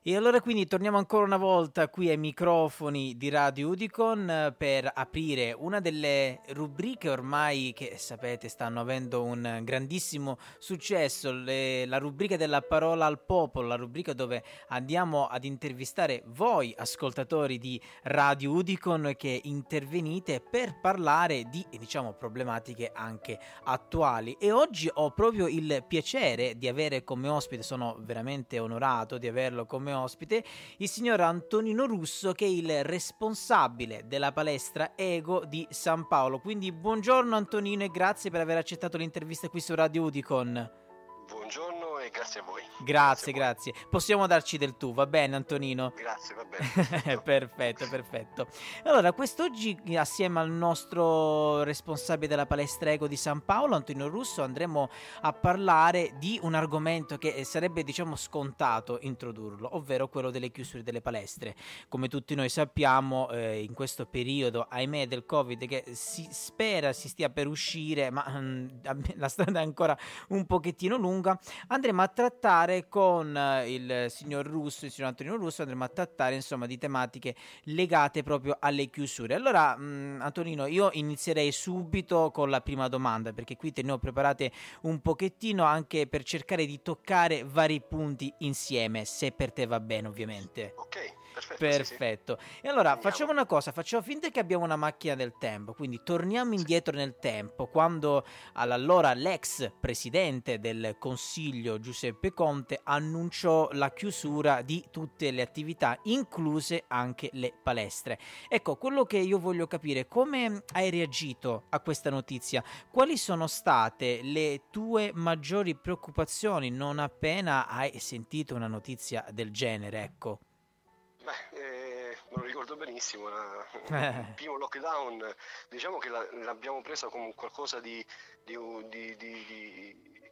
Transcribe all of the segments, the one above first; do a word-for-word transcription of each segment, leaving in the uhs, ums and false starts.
E allora quindi torniamo ancora una volta qui ai microfoni di Radio Udicon eh, per aprire una delle rubriche ormai che sapete stanno avendo un grandissimo successo, le- la rubrica della parola al popolo, la rubrica dove andiamo ad intervistare voi ascoltatori di Radio Udicon che intervenite per parlare di, eh, diciamo, problematiche anche attuali. E oggi ho proprio il piacere di avere come ospite, sono veramente onorato di averlo come ospite, il signor Antonino Russo, che è il responsabile della palestra Ego di San Paolo. Quindi buongiorno Antonino e grazie per aver accettato l'intervista qui su Radio Udicon. Buongiorno e grazie a voi. Grazie, grazie. Possiamo darci del tu, va bene Antonino? Grazie, va bene, perfetto. Perfetto, perfetto. Allora, quest'oggi assieme al nostro responsabile della palestra Ego di San Paolo, Antonino Russo, andremo a parlare di un argomento che sarebbe, diciamo, scontato introdurlo, ovvero quello delle chiusure delle palestre. Come tutti noi sappiamo, eh, in questo periodo, ahimè, del Covid, che si spera si stia per uscire, ma mm, la strada è ancora un pochettino lunga, andremo a trattare con eh, il signor Russo, il signor Antonino Russo, andremo a trattare insomma di tematiche legate proprio alle chiusure. Allora, mh, Antonino, io inizierei subito con la prima domanda, perché qui te ne ho preparate un pochettino anche per cercare di toccare vari punti insieme, se per te va bene ovviamente. Ok, perfetto. Perfetto. Sì, sì. E allora Andiamo. facciamo una cosa, facciamo finta che abbiamo una macchina del tempo, quindi torniamo indietro nel tempo, quando allora l'ex presidente del Consiglio Giuseppe Conte annunciò la chiusura di tutte le attività, incluse anche le palestre. Ecco, quello che io voglio capire, come hai reagito a questa notizia? Quali sono state le tue maggiori preoccupazioni non appena hai sentito una notizia del genere, ecco? Beh, eh, me lo ricordo benissimo, la- il Eh, primo lockdown, diciamo che la- l'abbiamo presa come qualcosa di, di, di- di- di-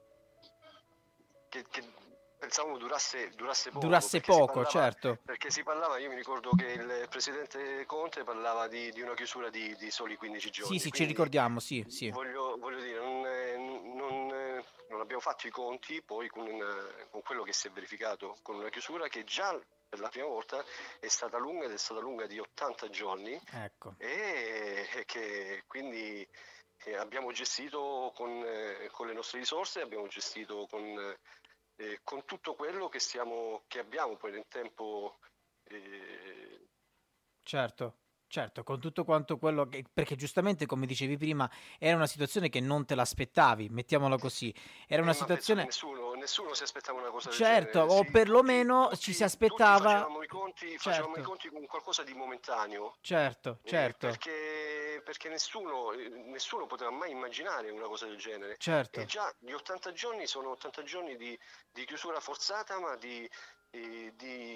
che, che pensavamo durasse, durasse poco, durasse perché si poco, parlava, certo. perché si parlava, io mi ricordo che il presidente Conte parlava di, di una chiusura di, di soli quindici Sì, giorni, sì, ci quindi ricordiamo, sì, sì. voglio, voglio dire, non, eh, non, eh, non abbiamo fatto i conti poi con, eh, con quello che si è verificato, con una chiusura che già per la prima volta è stata lunga ed è stata lunga di ottanta giorni Ecco. e, e che quindi eh, abbiamo gestito con, eh, con le nostre risorse, abbiamo gestito con, eh, con tutto quello che, stiamo, che abbiamo poi nel tempo. eh, Certo, certo, con tutto quanto quello che perché giustamente come dicevi prima era una situazione che non te l'aspettavi, mettiamola così. Era una Eh, ma penso che situazione nessuno, nessuno si aspettava una cosa del certo, genere. o Sì, tutti, perlomeno ci si tutti, tutti aspettava facevamo i conti, facevamo i certo, conti con qualcosa di momentaneo, certo, eh, certo, perché, perché nessuno, eh, nessuno poteva mai immaginare una cosa del genere. E certo, già gli ottanta giorni sono ottanta giorni di, di chiusura forzata, ma di, di-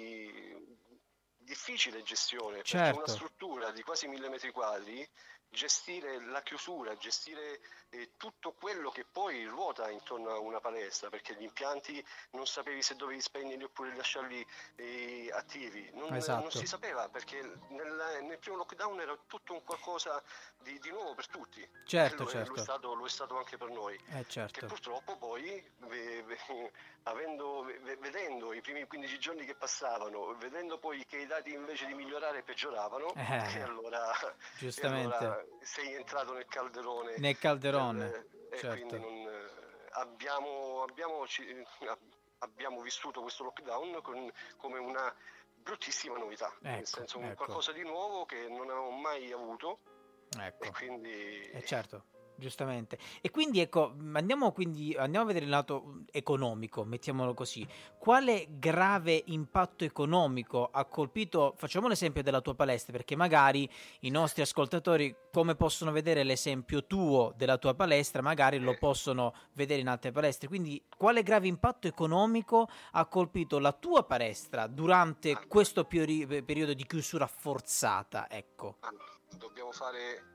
di difficile gestione, perché una certo, struttura di quasi mille metri quadri, gestire la chiusura, gestire eh, tutto quello che poi ruota intorno a una palestra, perché gli impianti non sapevi se dovevi spegnerli oppure lasciarli eh, attivi, non, non si esatto, sapeva, perché nel, nel primo lockdown era tutto un qualcosa di, di nuovo per tutti, e certo, lo è, lo è certo, stato, lo è stato anche per noi, eh che certo, purtroppo poi ve- ve- avendo, ve- vedendo i primi quindici giorni che passavano, vedendo poi che i dati invece di migliorare peggioravano, e eh, allora, e giustamente, allora sei entrato nel calderone nel calderone, del, e quindi certo, non, eh, abbiamo, abbiamo, ci- abbiamo vissuto questo lockdown con- come una bruttissima novità, nel ecco, senso un ecco, qualcosa di nuovo che non avevamo mai avuto e ecco. quindi Eh certo, giustamente. E quindi ecco, mh, andiamo quindi andiamo a vedere il lato mh, economico, mettiamolo così. Quale grave impatto economico ha colpito, facciamo l'esempio della tua palestra, perché magari i nostri ascoltatori, come possono vedere l'esempio tuo della tua palestra, magari lo eh, possono vedere in altre palestre. Quindi, quale grave impatto economico ha colpito la tua palestra durante allora, questo piori- periodo di chiusura forzata? Ecco, allora, dobbiamo fare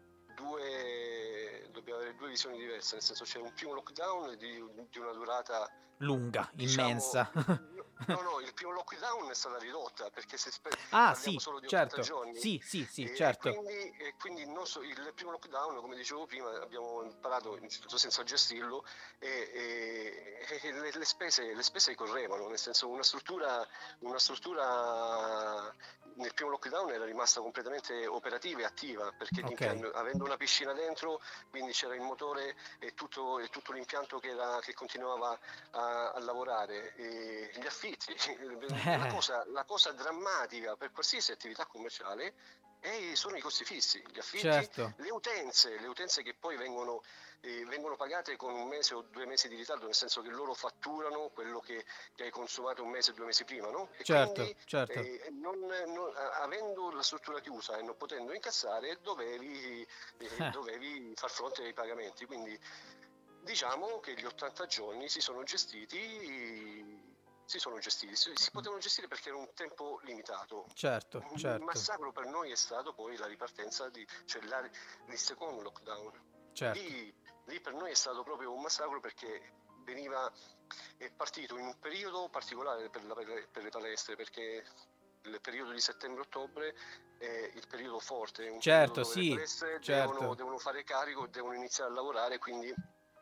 due, dobbiamo avere due visioni diverse, nel senso c'è un primo lockdown di, di una durata, lunga, diciamo, immensa. No, no, il primo lockdown è stata ridotta perché se spe- Ah, parliamo sì, solo di ottanta certo. giorni Sì, sì, sì, e, e certo. quindi, e quindi non so- il primo lockdown, come dicevo prima, abbiamo imparato in certo senso a gestirlo e, e- e le, le spese, le spese correvano, nel senso una struttura, una struttura nel primo lockdown era rimasta completamente operativa e attiva perché gli Ok. impianti, avendo una piscina dentro, quindi c'era il motore e tutto, e tutto l'impianto che, era, che continuava a, a lavorare. E gli affitti, la Eh, cosa, la cosa drammatica per qualsiasi attività commerciale è, sono i costi fissi, gli affitti, certo. le utenze, le utenze che poi vengono, eh, vengono pagate con un mese o due mesi di ritardo, nel senso che loro fatturano quello che, che hai consumato un mese o due mesi prima, no? E Certo, quindi certo. eh, non, non, avendo la struttura chiusa e non potendo incassare, dovevi, eh, Eh, dovevi far fronte ai pagamenti. Quindi diciamo che gli ottanta giorni si sono gestiti, si sono gestiti, si, si potevano gestire perché era un tempo limitato. certo, Il certo, massacro per noi è stato poi la ripartenza, di, cioè la, il secondo lockdown. certo. Lì, lì per noi è stato proprio un massacro perché veniva, è partito in un periodo particolare per, la, per le palestre, perché il periodo di settembre-ottobre è il periodo forte, è un periodo Certo, dove le sì, palestre devono, certo. devono fare carico, devono iniziare a lavorare, quindi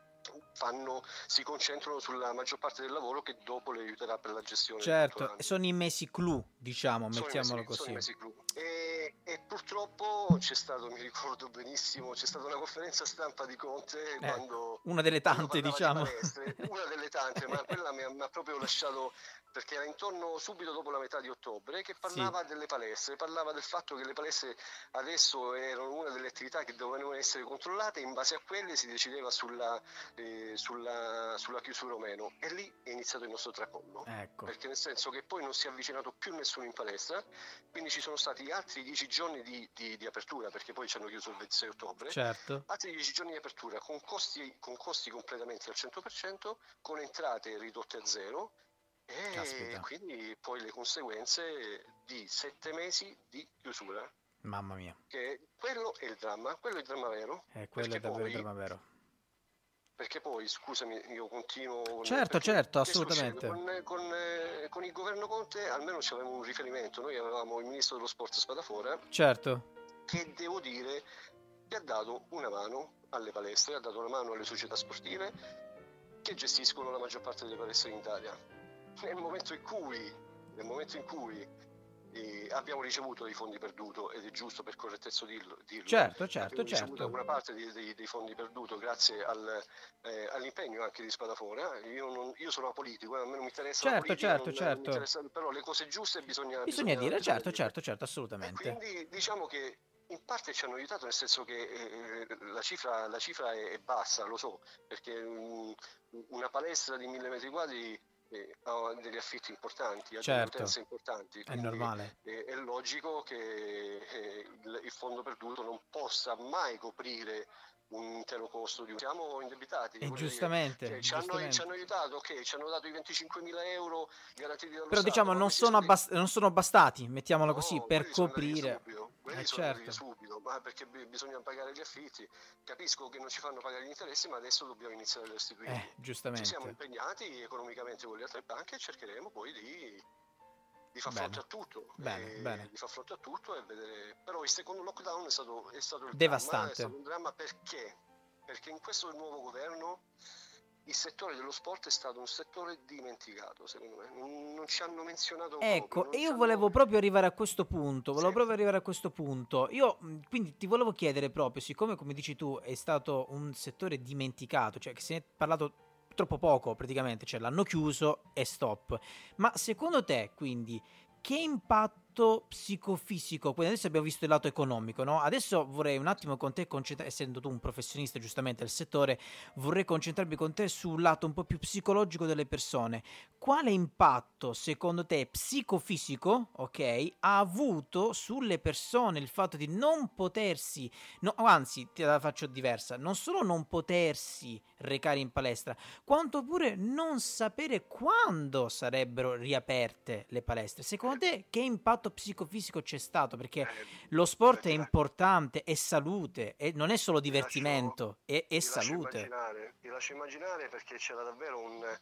fanno, si concentrano sulla maggior parte del lavoro che dopo le aiuterà per la gestione di tutto Certo, l'anno. sono i mesi clou, diciamo, Sono i mesi, mettiamolo sono i così. mesi clou. E, e purtroppo c'è stato, mi ricordo benissimo, c'è stata una conferenza stampa di Conte Ecco, quando, una delle quando tante, parlava di diciamo. palestre, una delle tante, ma quella mi ha, mi ha proprio lasciato, perché era intorno subito dopo la metà di ottobre, che Sì, parlava delle palestre, parlava del fatto che le palestre adesso erano una delle attività che dovevano essere controllate, in base a quelle si decideva sulla, eh, sulla, sulla chiusura o meno. E lì è iniziato il nostro tracollo, ecco. perché nel senso che poi non si è avvicinato più nessuno in palestra, quindi ci sono stati altri dieci giorni di, di, di apertura, perché poi ci hanno chiuso il ventisei ottobre, Certo. altri dieci giorni di apertura con costi, con costi completamente al cento per cento, con entrate ridotte a zero e Caspita, quindi poi le conseguenze di sette mesi di chiusura, mamma mia. che quello è il dramma, quello è il dramma vero, Eh, quello è perché davvero il poi dramma vero. perché poi, scusami, io continuo con... Certo, Perché certo, che succede? assolutamente. Con, con, eh, con il governo Conte almeno c'avevamo un riferimento. Noi avevamo il ministro dello sport Spadafora, Certo, che devo dire che ha dato una mano alle palestre, ha dato una mano alle società sportive che gestiscono la maggior parte delle palestre in Italia. Nel momento in cui, nel momento in cui eh, abbiamo ricevuto dei fondi perduto, ed è giusto per correttezza dirlo, dirlo certo, certo, abbiamo ricevuto certo. una parte di, dei, dei fondi perduto grazie al, eh, all'impegno anche di Spadafora. Io, non, io sono apolitico, eh, a me non mi interessa la Certo, politica, certo, non, non mi certo. interessa, però le cose giuste bisogna, Bisogna bisogna, dire, bisogna certo, dirle. certo, certo, E assolutamente. quindi diciamo che in parte ci hanno aiutato, nel senso che eh, la cifra, la cifra è, è bassa, lo so, perché um, una palestra di mille metri quadri eh, ha degli affitti importanti, ha delle Certo, utenze importanti, è quindi normale. eh, è logico che eh, il, il fondo perduto non possa mai coprire un intero costo di un... Siamo indebitati, E voglio dire, giustamente, cioè, ci, hanno, ci giustamente. hanno aiutato, ok, ci hanno dato i venticinquemila euro garantiti dallo Però Stato, diciamo ma non questi sono, soldi... abbast- non sono bastati, mettiamolo così, No, per quelli sono andati via coprire. subito, quelli Eh sono andati via certo. subito, ma perché b- bisogna pagare gli affitti. Capisco che non ci fanno pagare gli interessi, ma adesso dobbiamo iniziare a Eh, restituirli. Ci siamo giustamente. impegnati economicamente con le altre banche e cercheremo poi di, di far fronte Bene, a tutto, bene, e bene. di far fronte a tutto e vedere. Però il secondo lockdown è stato, è stato il dramma, è Devastante. stato un dramma perché? Perché in questo nuovo governo il settore dello sport è stato un settore dimenticato, secondo me. Non, non ci hanno menzionato proprio, Ecco, e non ci io hanno... volevo proprio arrivare a questo punto, Sì, volevo proprio arrivare a questo punto. Io, mh, quindi ti volevo chiedere proprio, siccome come dici tu è stato un settore dimenticato, cioè che se ne è parlato troppo poco praticamente, cioè l'hanno chiuso e stop. Ma secondo te, quindi, che impatto psicofisico, quindi adesso abbiamo visto il lato economico, no? Adesso vorrei un attimo con te concentrare, essendo tu un professionista giustamente del settore, vorrei concentrarmi con te sul lato un po' più psicologico delle persone. Quale impatto, secondo te, psicofisico, ok, ha avuto sulle persone il fatto di non potersi, no, anzi, te la faccio diversa, non solo non potersi recare in palestra, quanto pure non sapere quando sarebbero riaperte le palestre. Secondo te, che impatto psicofisico c'è stato? Perché eh, lo beh, sport è ti, la- importante, è salute, e non è solo ti lascio, divertimento, è, è ti lascio salute. immaginare, ti lascio immaginare perché c'era davvero un,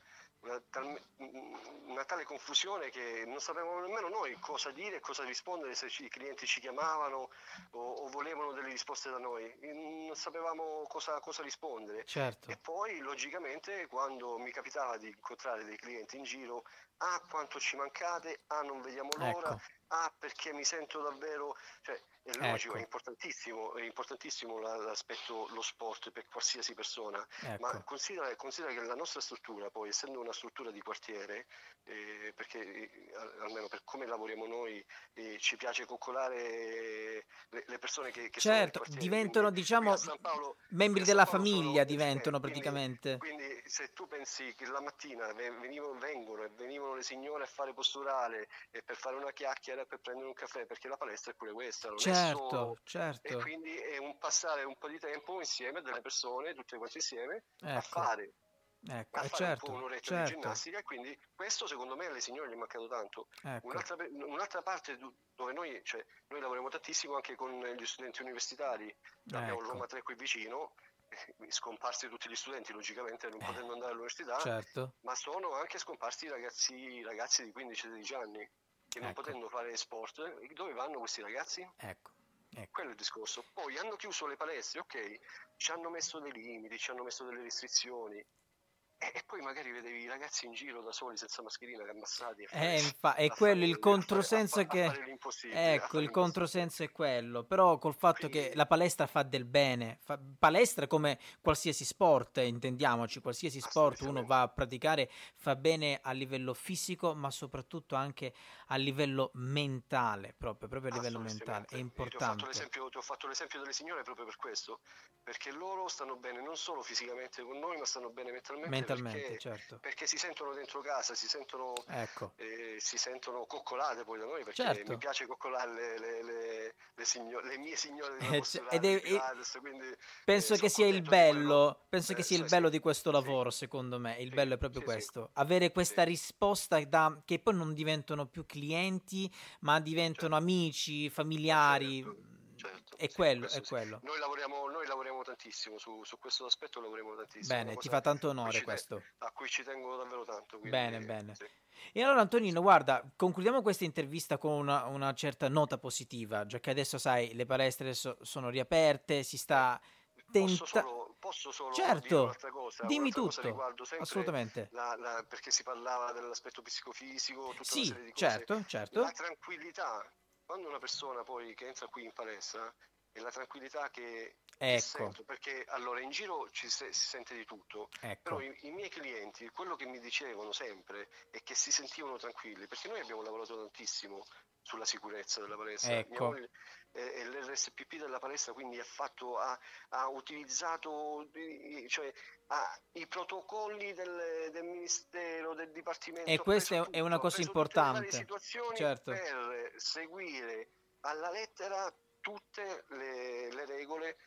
una, tal, una tale confusione che non sapevamo nemmeno noi cosa dire e cosa rispondere, se ci, i clienti ci chiamavano o, o volevano delle risposte da noi, non sapevamo cosa, cosa rispondere. Certo. E poi logicamente quando mi capitava di incontrare dei clienti in giro, ah quanto ci mancate, ah non vediamo l'ora, Ecco. ah perché mi sento davvero, cioè è logico, Ecco. è importantissimo, è importantissimo l'aspetto, lo sport per qualsiasi persona, ma Ecco. considera, considera che la nostra struttura, poi essendo una struttura di quartiere, eh, perché eh, almeno per come lavoriamo noi, eh, ci piace coccolare le, le persone che, che sono nel Certo, quartiere, diventano, quindi qui a diciamo, San Paolo, qui membri a San della Paolo sono, famiglia, eh, diventano quindi, praticamente. quindi se tu pensi che la mattina venivano, vengono e venivano le signore a fare posturale e per fare una chiacchiera e per prendere un caffè, perché la palestra è pure questa, non è Certo, solo, e certo. quindi è un passare un po' di tempo insieme delle persone, tutte quante insieme, a Ecco, fare, ecco, a e fare un po' certo, un'oretta di certo. ginnastica, e quindi questo secondo me alle signore gli è mancato tanto. Ecco, Un'altra, un'altra parte dove noi, cioè, noi lavoriamo tantissimo anche con gli studenti universitari, abbiamo il ecco, Roma tre qui vicino, scomparsi tutti gli studenti logicamente non eh, potendo andare all'università, certo, ma sono anche scomparsi i ragazzi, ragazzi di quindici sedici anni che non ecco, potendo fare sport, dove vanno questi ragazzi? ecco, ecco. Quello è il discorso. Poi hanno chiuso le palestre, ok, ci hanno messo dei limiti, ci hanno messo delle restrizioni, e, e poi magari vedevi i ragazzi in giro da soli senza mascherina, ammassati a fare, Eh, infa- è a fare, quello il a fare, a controsenso fa- a che... fare l'impossibile, a Ecco, fare il l'impossibile. controsenso è quello, però col fatto che Quindi la palestra fa del bene, fa- palestra come qualsiasi sport, eh, intendiamoci, qualsiasi sport uno assolutamente. va a praticare fa bene a livello fisico, ma soprattutto anche a livello mentale, proprio, proprio a livello mentale, è Assolutamente, io ti ho fatto importante. l'esempio, ti ho fatto l'esempio delle signore proprio per questo, perché loro stanno bene non solo fisicamente con noi, ma stanno bene mentalmente Mentalmente, perché, certo. perché si sentono dentro casa, si sentono, Ecco, eh, si sentono coccolate poi da noi, perché mi certo. piace coccolare le, le, le, le, signor- le mie signore della Eh, c- ed posturale, di è, è- Pilates, quindi eh, penso che sono sia il contento di quello. bello, penso che Eh, sia il sì, sì, bello di questo sì, lavoro, secondo me. Il sì, bello è proprio sì, sì, questo, avere sì, questa risposta da, che poi non diventano più clienti, ma diventano certo. amici, Ma familiari. certo, certo, È sì, quello, è questo sì. quello. Noi lavoriamo, noi lavoriamo tantissimo su, su questo aspetto, lavoriamo tantissimo, è una Bene, ti cosa fa tanto a cui onore ci, te- questo. a cui ci tengo davvero tanto, quindi Bene, bene. sì, E allora sì. Antonino, guarda, concludiamo questa intervista con una, una certa nota positiva, già che adesso sai, le palestre adesso sono riaperte, si Eh, sta posso tenta... solo, posso solo dire Certo, un'altra cosa, dimmi un'altra cosa tutto, riguardo sempre assolutamente. la, la- perché si parlava dell'aspetto psicofisico, tutta una Sì, serie di cose, certo, la certo. tranquillità, quando una persona poi che entra qui in palestra, è la tranquillità che, che Ecco, sento, perché allora in giro ci se- si sente di tutto, però ecco, i, i miei clienti, quello che mi dicevano sempre è che si sentivano tranquilli, perché noi abbiamo lavorato tantissimo sulla sicurezza della palestra. Mia ecco. moglie è, è l'R S P P della palestra, quindi ha, fatto, ha, ha utilizzato i- cioè, ha i protocolli del, del Ministero, del E Dipartimento, ha questa preso è è una tutto, ha cosa preso tutte le varie importante. situazioni Certo, per seguire alla lettera tutte le, le regole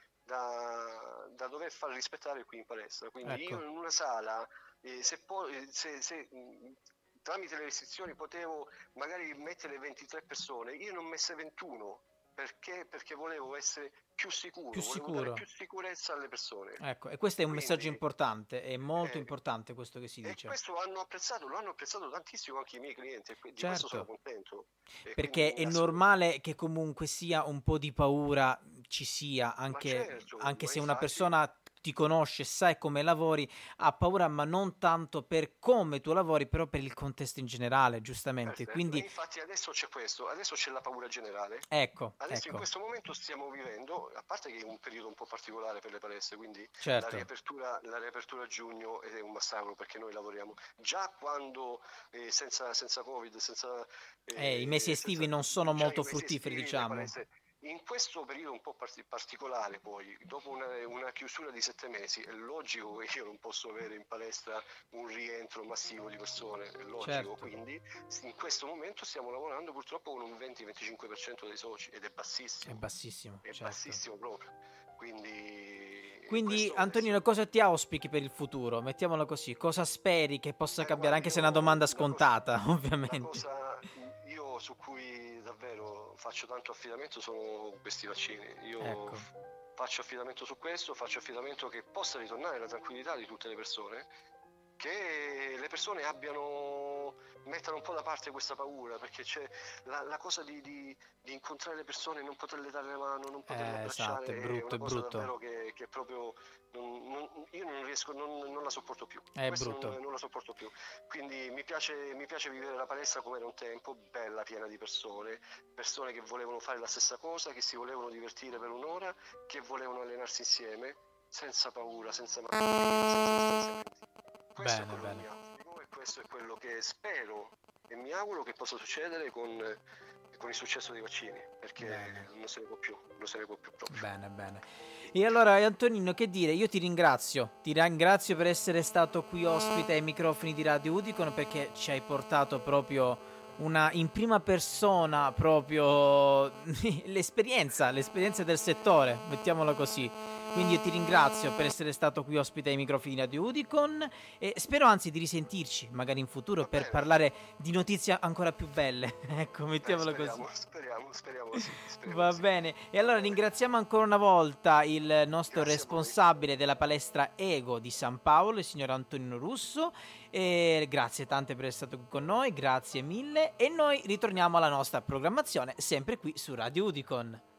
da, da dover far rispettare qui in palestra. Quindi io ecco. in una sala, eh, se, po- eh, se, se mh, tramite le restrizioni potevo magari mettere ventitré persone, io ne ho messe ventuno. Perché? Perché volevo essere più Più sicuro, volevo dare più sicuro. sicurezza alle persone. Ecco, e questo è un messaggio Quindi, importante, è molto eh, importante questo che si e dice. questo hanno apprezzato, lo hanno apprezzato tantissimo anche i miei clienti, e di questo sono Certo. contento. E Perché quindi è assolutamente. normale che comunque sia un po' di paura ci sia, Ma anche, certo, anche ma se una infatti. persona ti conosce, sai come lavori, ha paura, ma non tanto per come tu lavori, però per il contesto in generale, giustamente. Perfetto, e Quindi, infatti adesso c'è questo, adesso c'è la paura generale. ecco, Adesso in ecco, questo momento stiamo vivendo, a parte che è un periodo un po' particolare per le palestre, quindi la certo. riapertura, la riapertura a giugno è un massacro perché noi lavoriamo già quando eh, senza, senza Covid, senza, Eh, i mesi eh, estivi senza- non sono già i molto mesi fruttiferi, estivi le diciamo. palestre. In questo periodo un po' parti- particolare poi, dopo una, una chiusura di sette mesi, è logico che io non posso avere in palestra un rientro massivo di persone, è logico, Certo, quindi in questo momento stiamo lavorando purtroppo con un venti-venticinque per cento dei soci ed è è bassissimo, bassissimo, è certo. bassissimo proprio. Quindi Quindi, questo è Antonino, solo. cosa ti auspichi per il futuro? Mettiamolo così, cosa speri che possa Eh, cambiare, guarda, anche se è una io domanda la cosa, scontata, la ovviamente. cosa io su cui davvero faccio tanto affidamento sono questi vaccini. Io Ecco, f- faccio affidamento su questo, faccio affidamento che possa ritornare la tranquillità di tutte le persone che le persone abbiano, mettano un po' da parte questa paura, perché c'è la, la cosa di, di, di incontrare le persone, non poterle dare la mano, non poterle Eh, abbracciare, esatto, è è brutto, una è cosa brutto. davvero che, che proprio non, non, io non riesco, non, non la sopporto più. È Questo non, brutto. non la sopporto più. Quindi mi piace, mi piace vivere la palestra come era un tempo, bella, piena di persone, persone che volevano fare la stessa cosa, che si volevano divertire per un'ora, che volevano allenarsi insieme, senza paura, senza mascherine, senza distanziamenti. Questo è Bene, quello che bene. mi auspico e questo è quello che spero e mi auguro che possa succedere con, con il successo dei vaccini, perché Bene. non se ne può più, non se ne può più proprio. Bene, bene. E allora, Antonino, che dire? Io ti ringrazio, ti ringrazio per essere stato qui ospite ai microfoni di Radio Udicon, perché ci hai portato proprio una in prima persona proprio l'esperienza, l'esperienza del settore, mettiamola così. Quindi io ti ringrazio per essere stato qui ospite ai microfoni di Radio Udicon e spero anzi di risentirci, magari in futuro, Va per bene. parlare di notizie ancora più belle. Ecco, Eh, mettiamola speriamo, così. speriamo, speriamo sì, speriamo Va sì. bene, e Va allora bene. ringraziamo ancora una volta il nostro Grazie a voi. responsabile della palestra Ego di San Paolo, il signor Antonino Russo, e grazie tante per essere stato qui con noi, grazie mille, e noi ritorniamo alla nostra programmazione sempre qui su Radio Udicon.